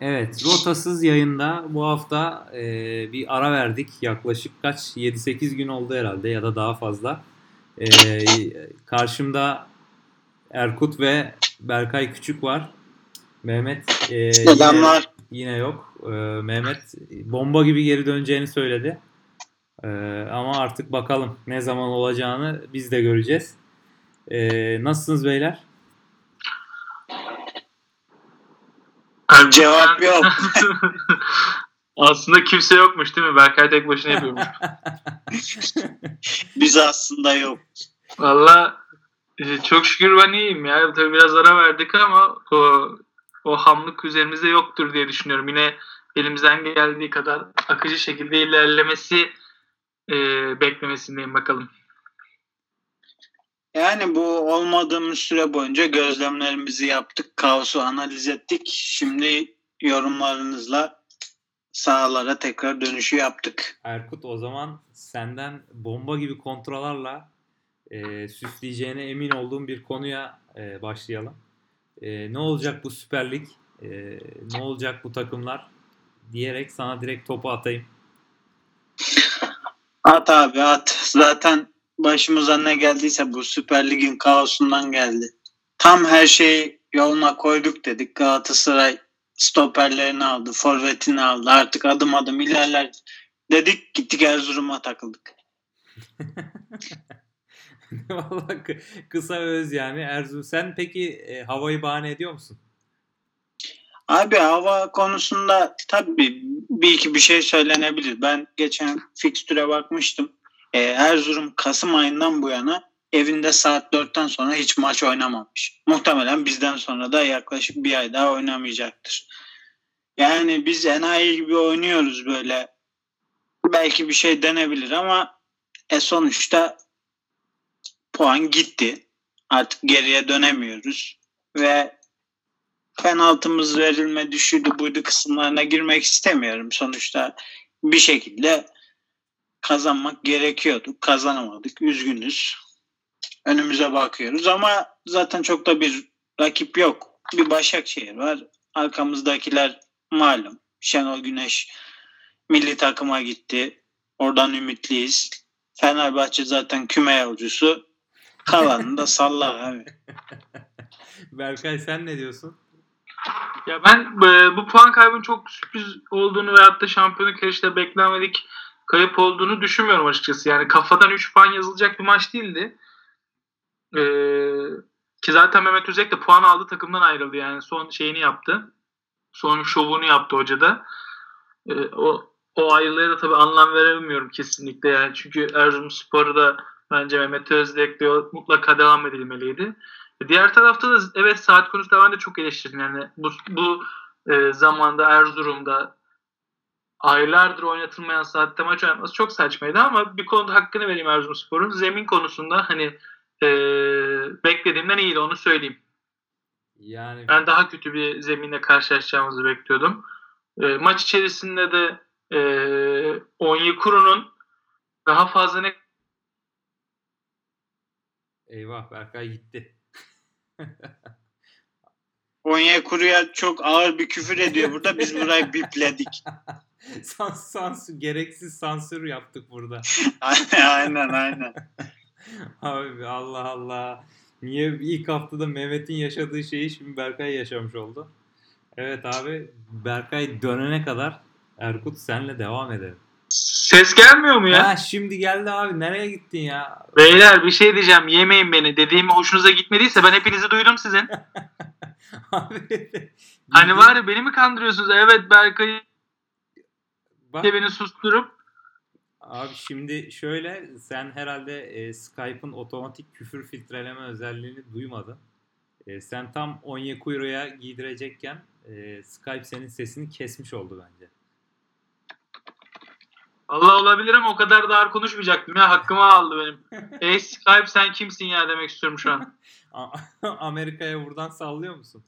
Evet, rotasız yayında bu hafta bir ara verdik. Yaklaşık kaç? 7-8 gün oldu herhalde ya da daha fazla. Karşımda Erkut ve Berkay Küçük var. Mehmet yine Selamlar. yine yok. Mehmet bomba gibi geri döneceğini söyledi. E, Ama artık bakalım ne zaman olacağını biz de göreceğiz. Nasılsınız beyler? Erkut Cevap sen yok. aslında kimse yokmuş değil mi? Berkay tek başına yapıyormuş. Biz aslında yok. Valla çok şükür ben iyiyim ya. Tabii biraz ara verdik ama o hamlık üzerimizde yoktur diye düşünüyorum. Yine elimizden geldiği kadar akıcı şekilde ilerlemesi beklemesindeyim bakalım. Yani bu olmadığımız süre boyunca gözlemlerimizi yaptık. Kaosu analiz ettik. Şimdi yorumlarınızla sahalara tekrar dönüşü yaptık. Erkut, o zaman senden bomba gibi kontrollerle süsleyeceğine emin olduğum bir konuya başlayalım. Ne olacak bu Süper Lig? Ne olacak bu takımlar? Diyerek sana direkt topu atayım. At abi at. Zaten başımıza ne geldiyse bu Süper Lig'in kaosundan geldi. Tam her şeyi yoluna koyduk dedik. Galatasaray stoperlerini aldı, forvetini aldı. Artık adım adım ilerler dedik. Gittik Erzurum'a takıldık. Vallahi kısa ve öz yani Erzurum. Sen peki havayı bahane ediyor musun? Abi hava konusunda tabii bir iki bir şey söylenebilir. Ben geçen fikstüre bakmıştım. Erzurum Kasım ayından bu yana evinde saat 4'ten sonra hiç maç oynamamış. Muhtemelen bizden sonra da yaklaşık bir ay daha oynamayacaktır. Yani biz enayi gibi oynuyoruz böyle. Belki bir şey denebilir ama sonuçta puan gitti. Artık geriye dönemiyoruz. Ve penaltımız verilme düşürdü buydu kısımlarına girmek istemiyorum. Sonuçta bir şekilde kazanmak gerekiyordu. Kazanamadık. Üzgünüz. Önümüze bakıyoruz ama zaten çok da bir rakip yok. Bir Başakşehir var. Arkamızdakiler malum. Şenol Güneş milli takıma gitti. Oradan ümitliyiz. Fenerbahçe zaten küme yolcusu. Kalanını da salla abi. Berkay, sen ne diyorsun? Ya ben bu puan kaybının çok sürpriz olduğunu veyahut da şampiyonluk yarışında beklenmedik kayıp olduğunu düşünmüyorum açıkçası. Yani kafadan 3 puan yazılacak bir maç değildi. E, Ki zaten Mehmet Özek de puan aldı, takımdan ayrıldı. Yani son şeyini yaptı. Son şovunu yaptı hocada. O ayrılığa da tabii anlam veremiyorum kesinlikle yani. Çünkü Erzurumspor'u da bence Mehmet Özdek'le mutlaka devam edilmeliydi. Diğer tarafta da evet, saat konusunda ben de çok eleştirdim. Yani bu zamanda Erzurum'da aylardır oynatılmayan saatte maç oynatması çok saçmaydı ama bir konuda hakkını vereyim Erzurumspor'un. Zemin konusunda hani e, beklediğimden iyiydi, onu söyleyeyim. Yani Ben daha kötü bir zeminle karşılaşacağımızı bekliyordum. Maç içerisinde de Onyekuru'nun daha fazla ne... eyvah, Berkay gitti. Onyekuru'ya çok ağır bir küfür ediyor burada. Biz burayı bipledik. Sansür, gereksiz sansür yaptık burada. Aynen. Abi Allah Allah. Niye ilk haftada Mehmet'in yaşadığı şeyi şimdi Berkay yaşamış oldu? Evet abi, Berkay dönene kadar Erkut senle devam edelim. Ses gelmiyor mu Ha, ya? şimdi geldi abi, nereye gittin ya? Beyler bir şey diyeceğim, yemeyin beni. Dediğim hoşunuza gitmediyse ben hepinizi duydum sizin. Abi Hani var bildiğin ya, beni mi kandırıyorsunuz? Evet, Berkay'ı bak beni susturup. abi, şimdi şöyle, sen herhalde Skype'ın otomatik küfür filtreleme özelliğini duymadın. Sen tam Onyekuru'ya giydirecekken Skype senin sesini kesmiş oldu bence. Allah olabilir ama o kadar da ağır konuşmayacaktım ya. Hakkımı aldı benim. Skype sen kimsin ya demek istiyorum şu an. Amerika'ya buradan sallıyor musun?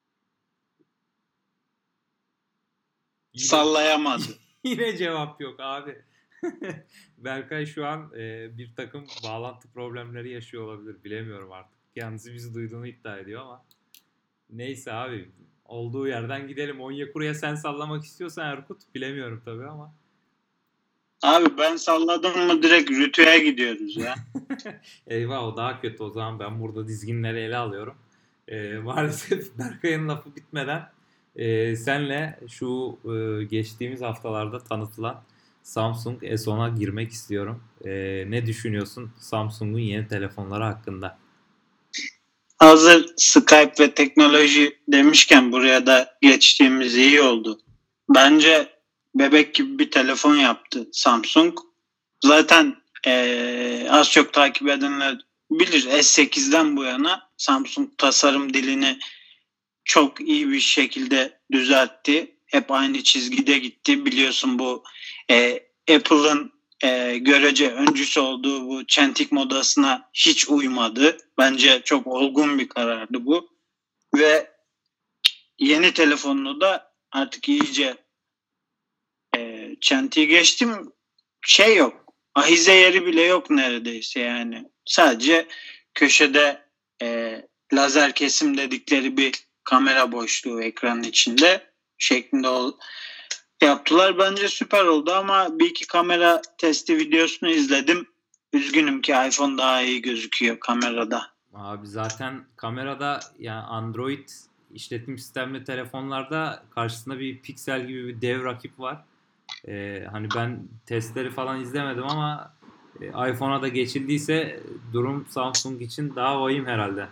Yine Sallayamadı. yine cevap yok abi. Berkay şu an bir takım bağlantı problemleri yaşıyor olabilir. Bilemiyorum artık. Kendisi bizi duyduğunu iddia ediyor ama. Neyse abi. olduğu yerden gidelim. Onyekuru'ya sen sallamak istiyorsan Erkut, bilemiyorum tabii ama. Abi ben salladım mı direkt Rütü'ye gidiyoruz ya. Eyvah, o daha kötü o zaman. Ben burada dizginleri ele alıyorum. Maalesef Berkay'ın lafı bitmeden senle şu geçtiğimiz haftalarda tanıtılan Samsung S10'a girmek istiyorum. Ne düşünüyorsun Samsung'un yeni telefonları hakkında? Hazır Skype ve teknoloji demişken buraya da geçtiğimiz iyi oldu. Bence bebek gibi bir telefon yaptı Samsung. Zaten az çok takip edenler bilir, S8'den bu yana Samsung tasarım dilini çok iyi bir şekilde düzeltti. Hep aynı çizgide gitti. Biliyorsun bu Apple'ın görece öncüsü olduğu bu çentik modasına hiç uymadı. Bence çok olgun bir karardı bu. Ve yeni telefonunu da artık iyice çentiği geçtim. Şey yok. Ahize yeri bile yok neredeyse yani. Sadece köşede lazer kesim dedikleri bir kamera boşluğu ekranın içinde şeklinde yaptılar. Bence süper oldu ama bir iki kamera testi videosunu izledim. Üzgünüm ki iPhone daha iyi gözüküyor kamerada. Abi zaten kamerada, yani Android işletim sistemli telefonlarda karşısında bir Pixel gibi bir dev rakip var. Hani ben testleri falan izlemedim ama iPhone'a da geçildiyse durum Samsung için daha vahim herhalde.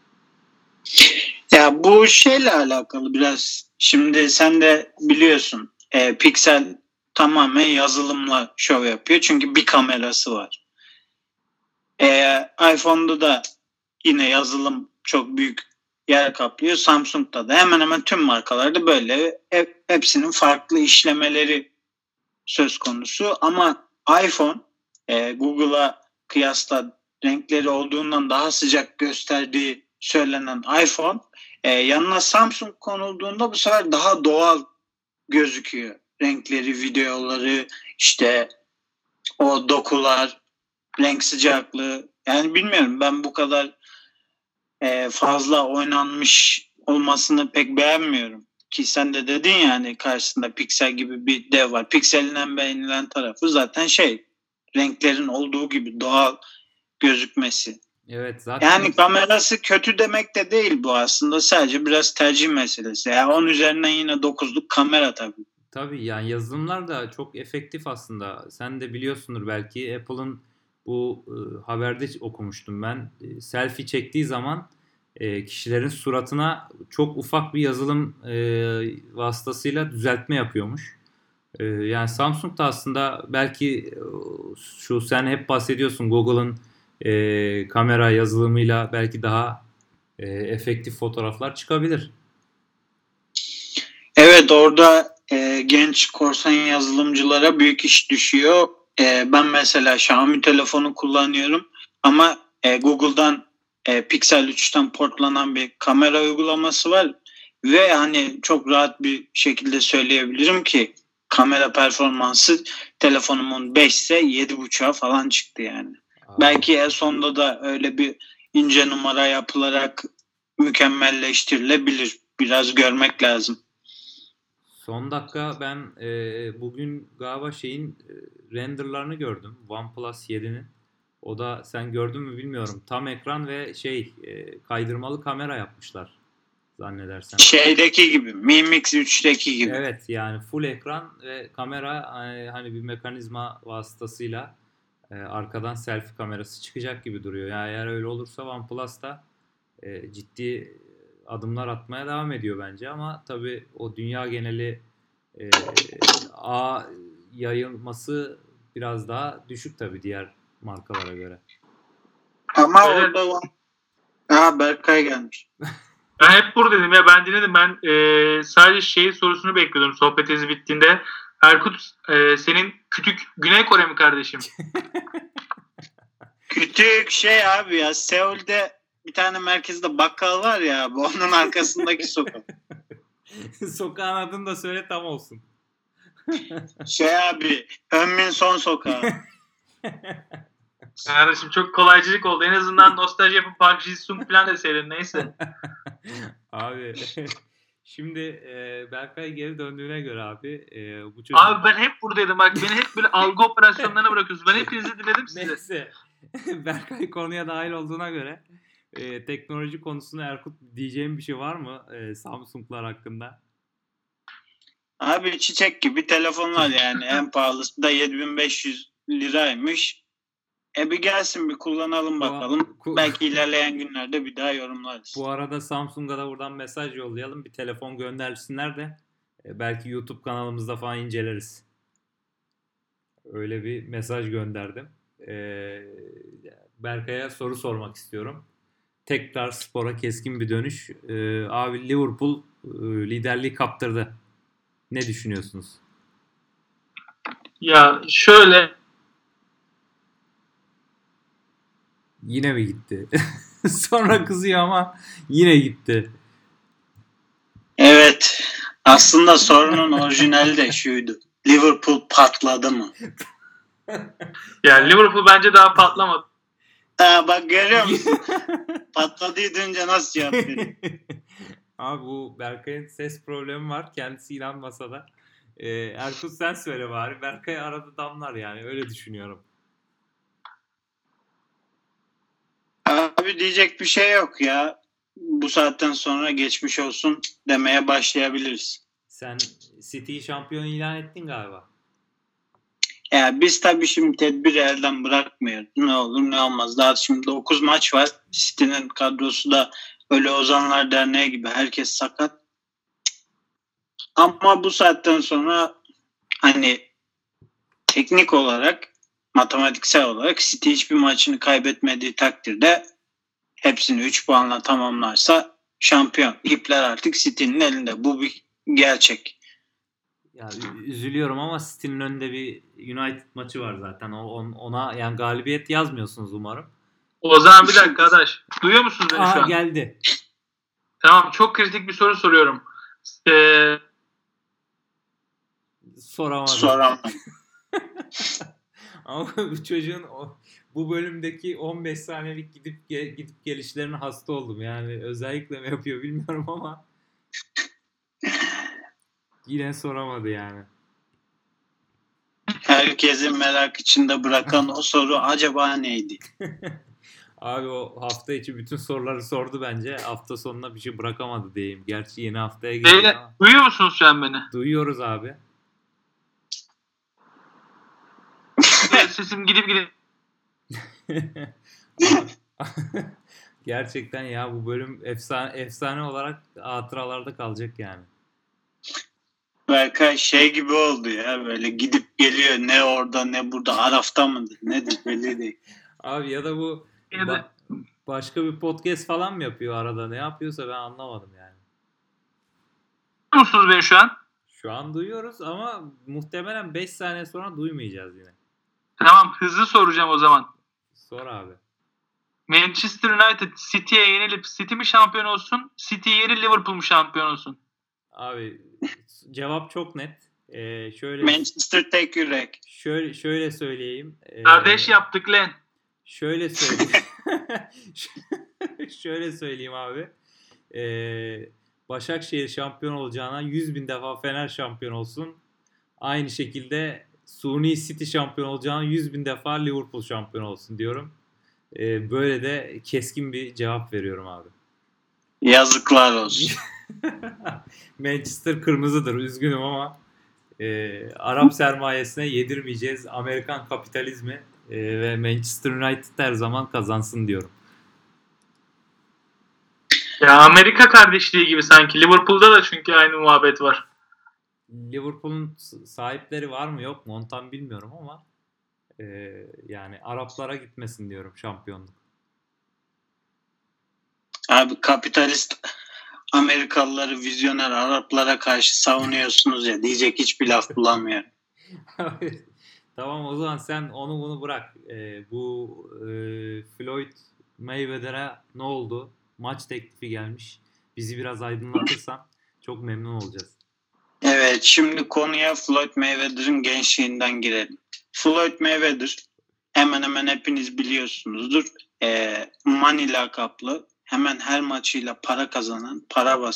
Ya bu şeyle alakalı biraz. Şimdi sen de biliyorsun Pixel tamamen yazılımla şov yapıyor. Çünkü bir kamerası var. iPhone'da da yine yazılım çok büyük yer kaplıyor. Samsung'da da hemen hemen tüm markalarda böyle hepsinin farklı işlemeleri söz konusu. Ama iPhone Google'a kıyasla renkleri olduğundan daha sıcak gösterdiği söylenen iPhone yanına Samsung konulduğunda bu sefer daha doğal gözüküyor. Renkleri, videoları, işte o dokular, renk sıcaklığı. Yani bilmiyorum, ben bu kadar fazla oynanmış olmasını pek beğenmiyorum. Ki sen de dedin yani karşısında Pixel gibi bir dev var. Pixel'in en beğenilen tarafı zaten renklerin olduğu gibi doğal gözükmesi. Evet zaten. Yani kamerası kötü demek de değil bu aslında. Sadece biraz tercih meselesi. Yani 10 üzerinden yine 9'luk kamera tabii. Tabii yani yazılımlar da çok efektif aslında. Sen de biliyorsundur belki, Apple'ın bu haberde okumuştum ben. Selfie çektiği zaman kişilerin suratına çok ufak bir yazılım vasıtasıyla düzeltme yapıyormuş. Yani Samsung da aslında belki şu, sen hep bahsediyorsun Google'ın kamera yazılımıyla belki daha efektif fotoğraflar çıkabilir. Evet, orada genç korsan yazılımcılara büyük iş düşüyor. Ben mesela Xiaomi telefonu kullanıyorum ama Google'dan Pixel 3'ten portlanan bir kamera uygulaması var ve hani çok rahat bir şekilde söyleyebilirim ki kamera performansı telefonumun 5 ise 7.5'a falan çıktı yani. Belki sonda da öyle bir ince numara yapılarak mükemmelleştirilebilir. Biraz görmek lazım. Son dakika ben bugün galiba renderlarını gördüm. OnePlus 7'nin. O da, sen gördün mü bilmiyorum. Tam ekran ve kaydırmalı kamera yapmışlar zannedersem. Şeydeki gibi, Mi Mix 3'teki gibi. Evet, yani full ekran ve kamera hani bir mekanizma vasıtasıyla arkadan selfie kamerası çıkacak gibi duruyor. Yani eğer öyle olursa OnePlus da ciddi adımlar atmaya devam ediyor bence, ama tabii o dünya geneli ağ yayılması biraz daha düşük tabii diğer markalara göre. Ama evet. Orada Berkay gelmiş. Ben hep buradaydım ya, ben dinledim. Ben sadece sorusunu bekliyordum sohbetiniz bittiğinde. Erkut, senin kütük Güney Kore mi kardeşim? Kütük abi ya, Seul'de bir tane merkezde bakkal var ya, bu onun arkasındaki sokak. Sokağın adını da söyle tam olsun. Abi, Önmin son sokağı. Kardeşim çok kolaycılık oldu. En azından nostalji yapıp Park Ji-sung falan deseydin, neyse. Abi Şimdi Berkay geri döndüğüne göre abi bu çocuk... Abi ben hep buradaydım bak. Beni hep böyle algı operasyonlarına bırakıyorsunuz. Ben hepinizi dinledim sizi. Neyse. Berkay konuya dahil olduğuna göre teknoloji konusunda Erkut diyeceğim bir şey var mı Samsung'lar hakkında? Abi çiçek gibi telefonlar yani. En pahalısı da 7500 liraymış. Bir gelsin bir kullanalım bakalım. Belki ilerleyen günlerde bir daha yorumlarız. Bu arada Samsung'a da buradan mesaj yollayalım. Bir telefon göndersinler de belki YouTube kanalımızda falan inceleriz. Öyle bir mesaj gönderdim. Berkay'a soru sormak istiyorum. Tekrar spora keskin bir dönüş. Abi Liverpool liderliği kaptırdı. Ne düşünüyorsunuz? Ya şöyle. Yine mi gitti? Sonra kızıyor ama yine gitti. Evet. Aslında sorunun orijinali de şuydu. Liverpool patladı mı? Ya Liverpool bence daha patlamadı. Bak görüyor musun? Patladığı duyunca nasıl cevap veriyor? Abi bu Berkay'ın ses problemi var. Kendisi inanmasa da. Erkut sen söyle bari. Berkay arada damlar yani. Öyle düşünüyorum. Abi diyecek bir şey yok ya. Bu saatten sonra geçmiş olsun demeye başlayabiliriz. Sen City'yi şampiyon ilan ettin galiba. Ya biz tabii şimdi tedbiri elden bırakmıyoruz. Ne olur ne olmaz. Daha şimdi 9 maç var. City'nin kadrosu da öyle Ozanlar Derneği gibi herkes sakat. Ama bu saatten sonra hani teknik olarak, matematiksel olarak City hiçbir maçını kaybetmediği takdirde hepsini 3 puanla tamamlarsa şampiyon. İpler artık City'nin elinde. Bu bir gerçek. Ya üzülüyorum ama City'nin önünde bir United maçı var zaten. Ona yani galibiyet yazmıyorsunuz umarım. O zaman bir dakika arkadaş. Duyuyor musunuz beni şu an? Geldi. Tamam, çok kritik bir soru soruyorum. Soramadım. Ama bu çocuğun bu bölümdeki 15 saniyelik gidip gelişlerine hasta oldum. Yani özellikle mi yapıyor bilmiyorum ama yine soramadı yani. Herkesin merak içinde bırakan o soru acaba neydi? Abi o hafta içi bütün soruları sordu bence. Hafta sonuna bir şey bırakamadı diyeyim. Gerçi yeni haftaya girdik ama. Duyuyor musunuz şu an beni? Duyuyoruz abi. Sesim gidip. Gerçekten ya bu bölüm efsane olarak hatıralarda kalacak yani. Berkay şey gibi oldu ya, böyle gidip geliyor, ne orada ne burada, Araf'ta mıdır nedir belli değil. Abi ya da bu başka bir podcast falan mı yapıyor arada, ne yapıyorsa ben anlamadım yani. Duyuyor musunuz beni şu an? Şu an duyuyoruz ama muhtemelen 5 saniye sonra duymayacağız yine. Tamam, hızlı soracağım o zaman. Sor abi. Manchester United City'ye yenilip City mi şampiyon olsun? City'ye yenilip Liverpool mu şampiyon olsun? Abi cevap çok net. Şöyle Manchester tek yürek. Şöyle söyleyeyim. Kardeş yaptık lan. Şöyle söyleyeyim. Şöyle söyleyeyim abi. Başakşehir şampiyon olacağına 100.000 defa Fener şampiyon olsun. Aynı şekilde suni City şampiyon olacağına 100.000 defa Liverpool şampiyon olsun diyorum. Böyle de keskin bir cevap veriyorum abi. Yazıklar olsun. Manchester kırmızıdır, üzgünüm ama Arap sermayesine yedirmeyeceğiz Amerikan kapitalizmi ve Manchester United her zaman kazansın diyorum. Ya Amerika kardeşliği gibi sanki. Liverpool'da da çünkü aynı muhabbet var. Liverpool'un sahipleri var mı yok mu onu tam bilmiyorum ama yani Araplara gitmesin diyorum şampiyonluk. Abi kapitalist Amerikalıları vizyoner Araplara karşı savunuyorsunuz ya, diyecek hiçbir laf bulamıyorum. Tamam o zaman sen onu bunu bırak. Bu Floyd Mayweather'a ne oldu? Maç teklifi gelmiş. Bizi biraz aydınlatırsan çok memnun olacağız. Evet, şimdi konuya Floyd Mayweather'ın gençliğinden girelim. Floyd Mayweather hemen hemen hepiniz biliyorsunuzdur. Money lakaplı, hemen her maçıyla para kazanan, para basan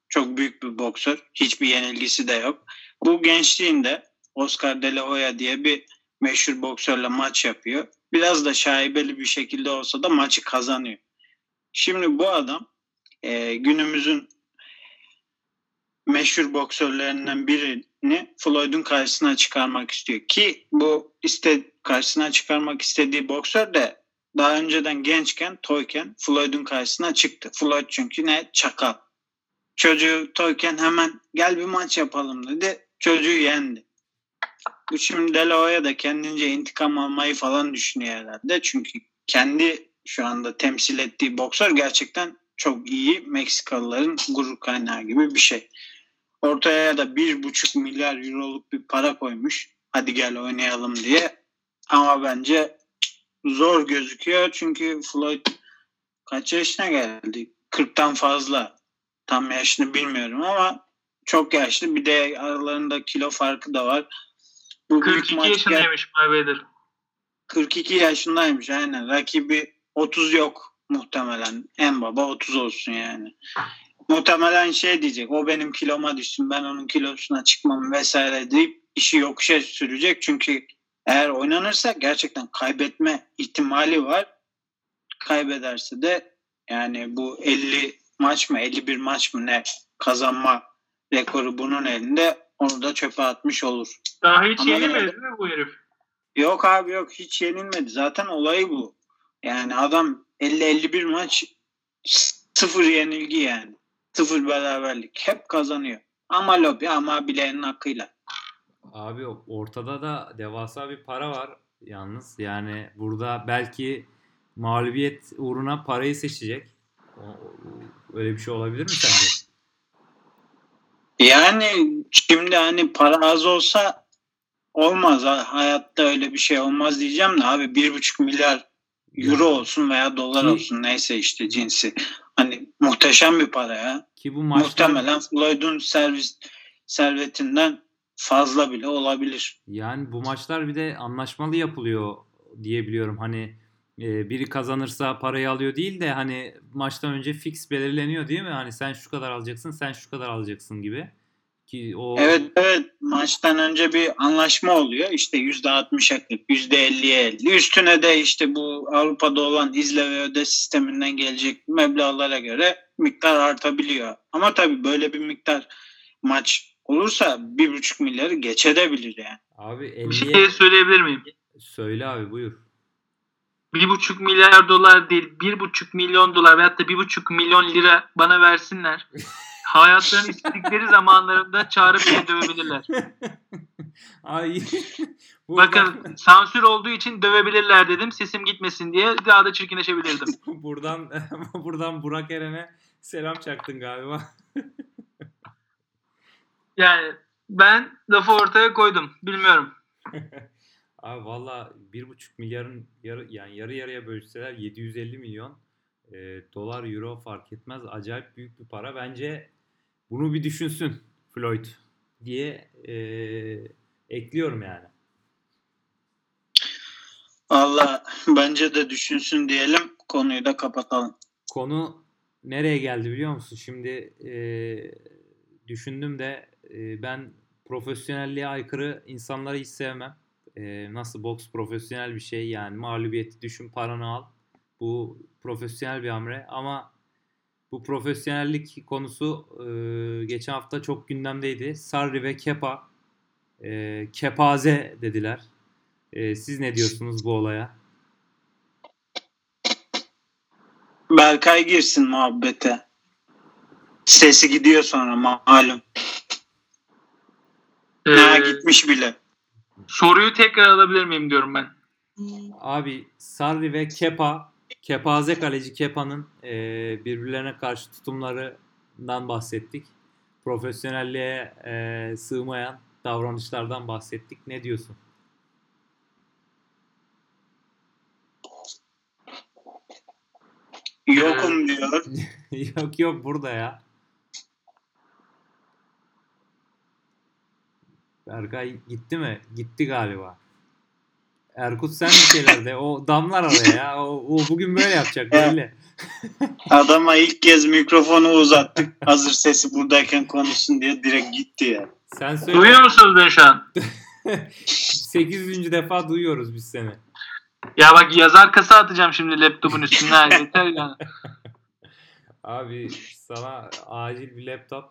Çok büyük bir boksör. Hiçbir yenilgisi de yok. Bu gençliğinde Oscar De La Hoya diye bir meşhur boksörle maç yapıyor. Biraz da şaibeli bir şekilde olsa da maçı kazanıyor. Şimdi bu adam günümüzün meşhur boksörlerinden birini Floyd'un karşısına çıkarmak istiyor. Ki bu karşısına çıkarmak istediği boksör de daha önceden gençken, toyken Floyd'un karşısına çıktı. Floyd çünkü ne? Çakal. Çocuğu toyken hemen gel bir maç yapalım dedi. Çocuğu yendi. Bu şimdi De La Hoya da kendince intikam almayı falan düşünüyor herhalde. Çünkü kendi şu anda temsil ettiği boksör gerçekten çok iyi. Meksikalıların gurur kaynağı gibi bir şey. Ortaya da 1,5 milyar euroluk bir para koymuş. Hadi gel oynayalım diye. Ama bence zor gözüküyor. Çünkü Floyd kaç yaşına geldi? 40'tan fazla. Tam yaşını bilmiyorum ama çok yaşlı. Bir de aralarında kilo farkı da var. Bu 42 yaşındaymış Mayweather. 42 yaşındaymış aynen. Rakibi 30 yok muhtemelen. En baba 30 olsun yani. Muhtemelen şey diyecek. O benim kiloma düşsün. Ben onun kilosuna çıkmam vesaire deyip işi yokuşa sürecek. Çünkü eğer oynanırsa gerçekten kaybetme ihtimali var. Kaybederse de yani bu 50 maç mı 51 maç mı ne kazanma rekoru bunun elinde, onu da çöpe atmış olur. Daha hiç yenilmedi mi bu herif? Yok abi yok, hiç yenilmedi. Zaten olayı bu. Yani adam 50-51 maç 0 yenilgi yani. 0 beraberlik. Hep kazanıyor. Ama lobi ama bileğinin hakkıyla. Abi ortada da devasa bir para var yalnız. Yani burada belki mağlubiyet uğruna parayı seçecek. Öyle bir şey olabilir mi sence? Yani şimdi hani para az olsa olmaz. Hayatta öyle bir şey olmaz diyeceğim de abi 1,5 milyar euro olsun veya dolar olsun neyse işte cinsi. Hani muhteşem bir para ya. Ki bu maçlar muhtemelen Floyd'un servetinden fazla bile olabilir. Yani bu maçlar bir de anlaşmalı yapılıyor diye biliyorum. Hani biri kazanırsa parayı alıyor değil de hani maçtan önce fix belirleniyor değil mi? Hani sen şu kadar alacaksın, sen şu kadar alacaksın gibi. Ki o Evet maçtan önce bir anlaşma oluyor. İşte %60'a 40, %50'ye 50. Üstüne de işte bu Avrupa'da olan izle ve öde sisteminden gelecek meblağlara göre miktar artabiliyor. Ama tabii böyle bir miktar maç olursa 1,5 milyarı geçebilir yani. Abi Bir şey söyleyebilir miyim? Söyle abi, buyur. 1,5 milyar dolar değil, 1,5 milyon dolar veyahut da 1,5 milyon lira bana versinler. Hayatlarının istedikleri zamanlarında çağırıp beni dövebilirler. Ay. Bakın sansür olduğu için dövebilirler dedim. Sesim gitmesin diye daha da çirkinleşebilirdim. buradan Burak Eren'e selam çaktın galiba. Yani ben lafı ortaya koydum. Bilmiyorum. Abi valla 1,5 milyarın yarı yarıya bölüşseler 750 milyon dolar, euro fark etmez. Acayip büyük bir para. Bence bunu bir düşünsün Floyd diye ekliyorum yani. Valla bence de düşünsün diyelim. Konuyu da kapatalım. Konu nereye geldi biliyor musun? Şimdi düşündüm de ben profesyonelliğe aykırı insanları hiç sevmem. Nasıl boks profesyonel bir şey, yani mağlubiyeti düşün, paranı al. Bu profesyonel bir hamle ama bu profesyonellik konusu geçen hafta çok gündemdeydi. Sarri ve Kepa kepaze dediler. Siz ne diyorsunuz bu olaya? Berkay girsin muhabbete. Sesi gidiyor sonra malum. Gitmiş bile. Soruyu tekrar alabilir miyim diyorum ben. Abi Sarri ve kepaze kaleci Kepa'nın birbirlerine karşı tutumlarından bahsettik. Profesyonelliğe sığmayan davranışlardan bahsettik. Ne diyorsun? Yokum diyor. Yok burada ya. Berkay gitti mi? Gitti galiba. Erkut sen bir şeyler de. O damlar araya ya. O bugün böyle yapacak belli. Adama ilk kez mikrofonu uzattık. Hazır sesi buradayken konuşsun diye direkt gitti ya. Sen söyle. Duyuyor musunuz beni şu an? 800. defa duyuyoruz biz seni. Ya bak yazar kasa atacağım şimdi laptopun üstüne. Yeter yani. Abi sana acil bir laptop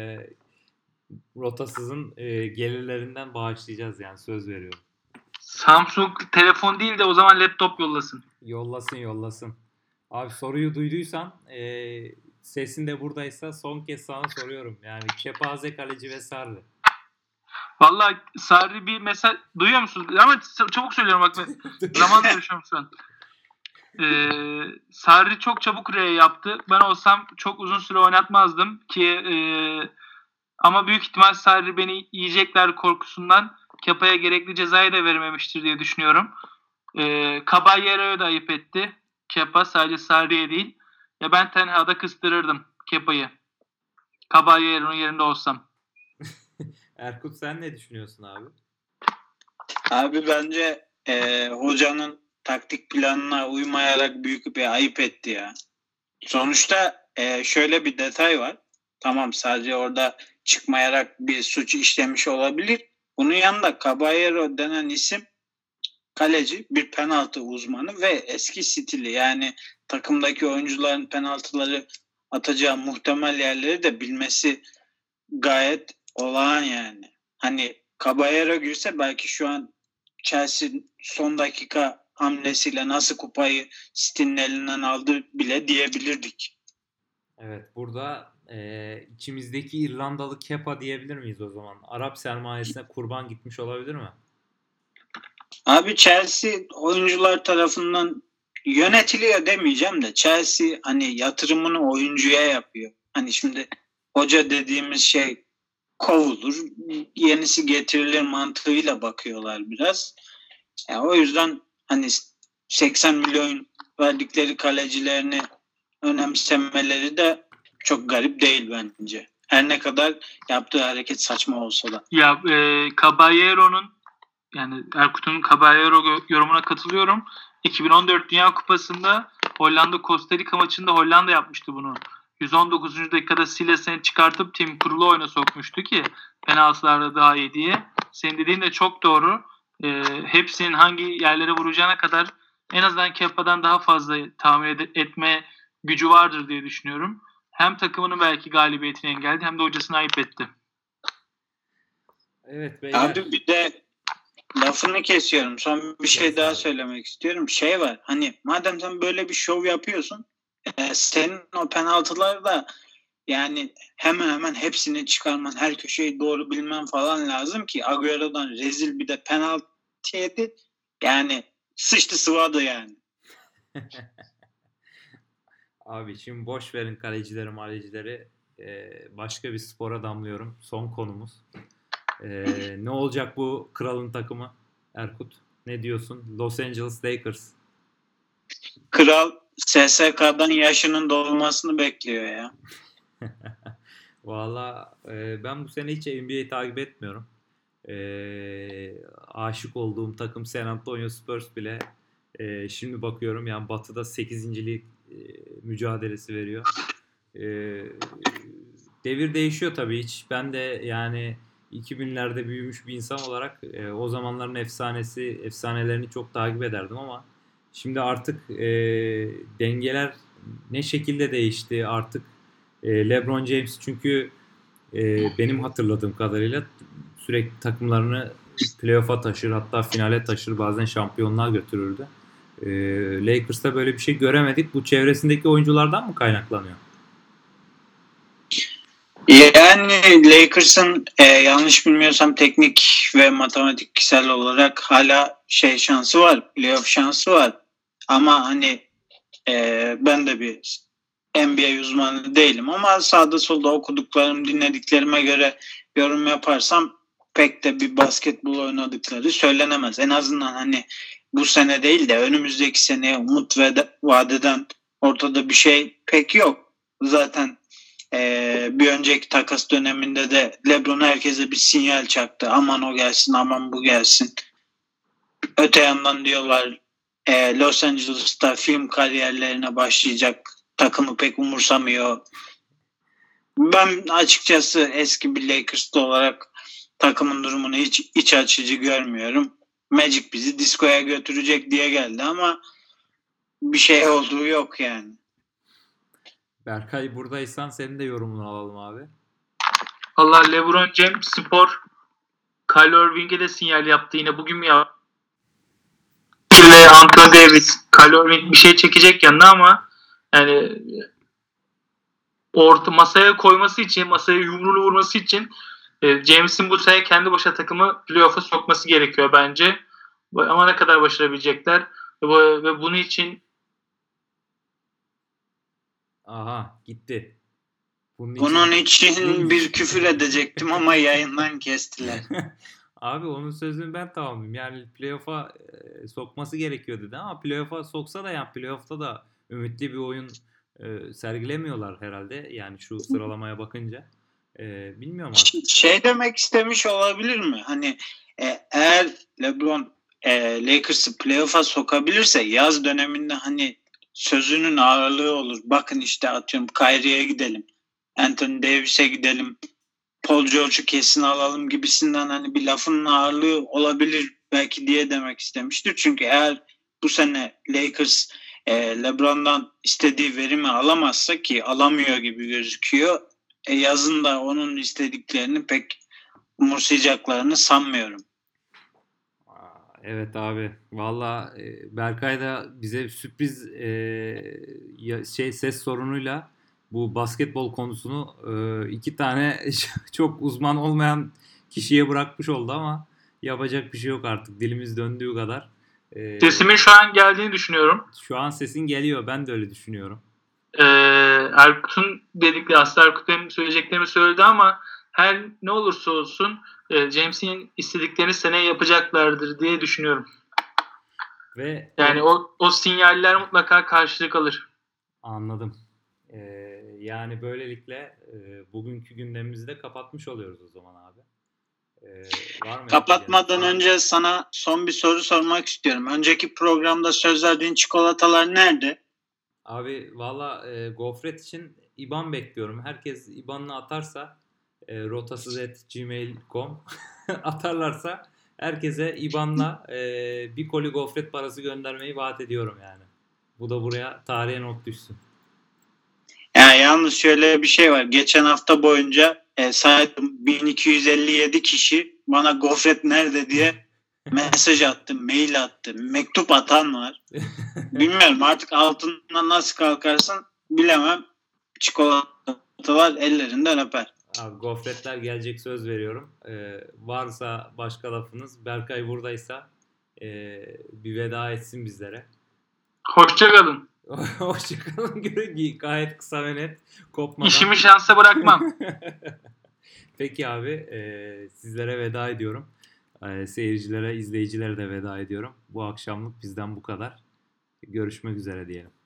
rotasızın gelirlerinden bağışlayacağız yani söz veriyorum. Samsung telefon değil de o zaman laptop yollasın. Yollasın. Abi soruyu duyduysan sesin de buradaysa son kez sana soruyorum. Yani Kepaze kaleci ve Sarri. Vallahi Sarri bir mesaj duyuyor musunuz? Ama çabuk söylüyorum bak. Zaman yaşıyorum şu an. Sarri çok çabuk R yaptı. Ben olsam çok uzun süre oynatmazdım ki ama büyük ihtimal Sarri beni yiyecekler korkusundan Kepa'ya gerekli cezayı da verememiştir diye düşünüyorum. Caballero'ya da ayıp etti. Kepa sadece Sarri'ye değil. Ya ben tenhada kıstırırdım Kepa'yı. Caballero'nun yerinde olsam. Erkut sen ne düşünüyorsun abi? Abi bence hocanın taktik planına uymayarak büyük bir ayıp etti ya. Sonuçta şöyle bir detay var. Tamam sadece orada çıkmayarak bir suç işlemiş olabilir. Bunun yanında Caballero denen isim kaleci, bir penaltı uzmanı ve eski stili yani takımdaki oyuncuların penaltıları atacağı muhtemel yerleri de bilmesi gayet olağan yani. Hani Caballero girse belki şu an Chelsea son dakika hamlesiyle nasıl kupayı City'nin elinden aldı bile diyebilirdik. Evet burada içimizdeki İrlandalı Kepa diyebilir miyiz o zaman? Arap sermayesine kurban gitmiş olabilir mi? Abi Chelsea oyuncular tarafından yönetiliyor demeyeceğim de Chelsea hani yatırımını oyuncuya yapıyor. Hani şimdi hoca dediğimiz şey kovulur, yenisi getirilir mantığıyla bakıyorlar biraz. Yani o yüzden hani 80 milyon verdikleri kalecilerini önemsemeleri de çok garip değil bence. Her ne kadar yaptığı hareket saçma olsa da. Ya Caballero'nun yani Erkut'un Caballero yorumuna katılıyorum. 2014 Dünya Kupası'nda Hollanda Costa Rica maçında Hollanda yapmıştı bunu. 119. dakikada Silas'ını çıkartıp Tim Krul'u oyuna sokmuştu ki penaltılarda daha iyi diye. Senin dediğin de çok doğru. Hepsinin hangi yerlere vuracağına kadar en azından Kepa'dan daha fazla tahmin etme gücü vardır diye düşünüyorum. Hem takımının belki galibiyetini engelledi hem de hocasını ayıp etti. Evet beyler. Abi bir de lafını kesiyorum. Son bir şey daha söylemek istiyorum. Şey var hani madem sen böyle bir şov yapıyorsun senin o penaltıları da yani hemen hepsini çıkarman, her köşeyi doğru bilmen falan lazım ki Agüero'dan rezil bir de penaltı yedi. Yani sıçtı sıvadı yani. Abi şimdi boş verin kalecileri başka bir spora damlıyorum. Son konumuz. Ne olacak bu kralın takımı Erkut? Ne diyorsun? Los Angeles Lakers. Kral SSK'dan yaşının dolmasını bekliyor ya. Valla ben bu sene hiç NBA takip etmiyorum. Aşık olduğum takım San Antonio Spurs bile şimdi bakıyorum yani Batı'da 8. mücadelesi veriyor. Devir değişiyor tabii hiç. Ben de yani 2000'lerde büyümüş bir insan olarak o zamanların efsanelerini çok takip ederdim ama şimdi artık dengeler ne şekilde değişti artık LeBron James çünkü benim hatırladığım kadarıyla sürekli takımlarını playoff'a taşır hatta finale taşır bazen şampiyonluğa götürürdü. Lakers'ta böyle bir şey göremedik. Bu çevresindeki oyunculardan mı kaynaklanıyor? Yani Lakers'ın yanlış bilmiyorsam teknik ve matematiksel olarak hala şansı var. Playoff şansı var. Ama hani ben de bir NBA uzmanı değilim ama sağda solda okuduklarım, dinlediklerime göre yorum yaparsam pek de bir basketbol oynadıkları söylenemez. En azından hani bu sene değil de önümüzdeki seneye umut vadeden ortada bir şey pek yok. Zaten bir önceki takas döneminde de LeBron herkese bir sinyal çaktı. Aman o gelsin, aman bu gelsin. Öte yandan diyorlar Los Angeles'ta film kariyerlerine başlayacak, takımı pek umursamıyor. Ben açıkçası eski bir Lakers'ta olarak takımın durumunu hiç iç açıcı görmüyorum. Magic bizi diskoya götürecek diye geldi ama bir şey olduğu yok yani. Berkay buradaysan senin de yorumunu alalım abi. Allah, LeBron James spor Kyrie Irving'e de sinyal yaptı. Yine bugün mü yaptı? Ve Anthony Davis. Kyrie Irving bir şey çekecek yanına ama yani masaya koyması için, masaya yumruğunu vurması için James'in bu sene kendi başına takımı playoff'a sokması gerekiyor bence. Ama ne kadar başarabilecekler ve bunun için Aha gitti. Bunun için bir küfür edecektim ama yayından kestiler. Abi onun sözünü ben tamamlayayım. Yani playoff'a sokması gerekiyor dedi ama playoff'a soksa da yani playoff'ta da ümitli bir oyun sergilemiyorlar herhalde. Yani şu sıralamaya bakınca. Bilmiyorum artık. Şey demek istemiş olabilir mi? Hani eğer LeBron Lakers'ı playoff'a sokabilirse yaz döneminde hani sözünün ağırlığı olur. Bakın işte atıyorum Kyrie'ye gidelim. Anthony Davis'e gidelim. Paul George'u kesin alalım gibisinden hani bir lafın ağırlığı olabilir belki diye demek istemiştir. Çünkü eğer bu sene Lakers LeBron'dan istediği verimi alamazsa ki alamıyor gibi gözüküyor. Yazın da onun istediklerini pek umursayacaklarını sanmıyorum. Evet abi. Valla Berkay da bize sürpriz ses sorunuyla bu basketbol konusunu iki tane çok uzman olmayan kişiye bırakmış oldu ama yapacak bir şey yok artık. Dilimiz döndüğü kadar. Sesimin şu an geldiğini düşünüyorum. Şu an sesin geliyor. Ben de öyle düşünüyorum. Erkut'un dedikleri, aslında Erkut benim söyleyeceklerimi söyledi ama her ne olursa olsun James'in istediklerini seneye yapacaklardır diye düşünüyorum. Ve yani o sinyaller mutlaka karşılık alır. Anladım. Yani böylelikle bugünkü gündemimizi de kapatmış oluyoruz o zaman abi. Var mı kapatmadan önce sana son bir soru sormak istiyorum. Önceki programda söz verdiğin çikolatalar nerede? Abi valla gofret için IBAN bekliyorum. Herkes IBAN'ını atarsa rotasız@gmail.com atarlarsa herkese IBAN'la bir koli gofret parası göndermeyi vaat ediyorum yani. Bu da buraya tarihe not düşsün. Yani yalnız şöyle bir şey var. Geçen hafta boyunca saydım 1257 kişi bana gofret nerede diye mesaj attı, mail attı, mektup atan var. Bilmiyorum artık altından nasıl kalkarsın bilemem. Çikolatalar ellerinden öper. Abi gofretler gelecek, söz veriyorum. Varsa başka lafınız, Berkay buradaysa bir veda etsin bizlere. Hoşçakalın. Hoşçakalın. Gayet kısa ve net. Kopmadan. İşimi şansa bırakmam. Peki abi, sizlere veda ediyorum. Seyircilere, izleyicilere de veda ediyorum. Bu akşamlık bizden bu kadar. Görüşmek üzere diyelim.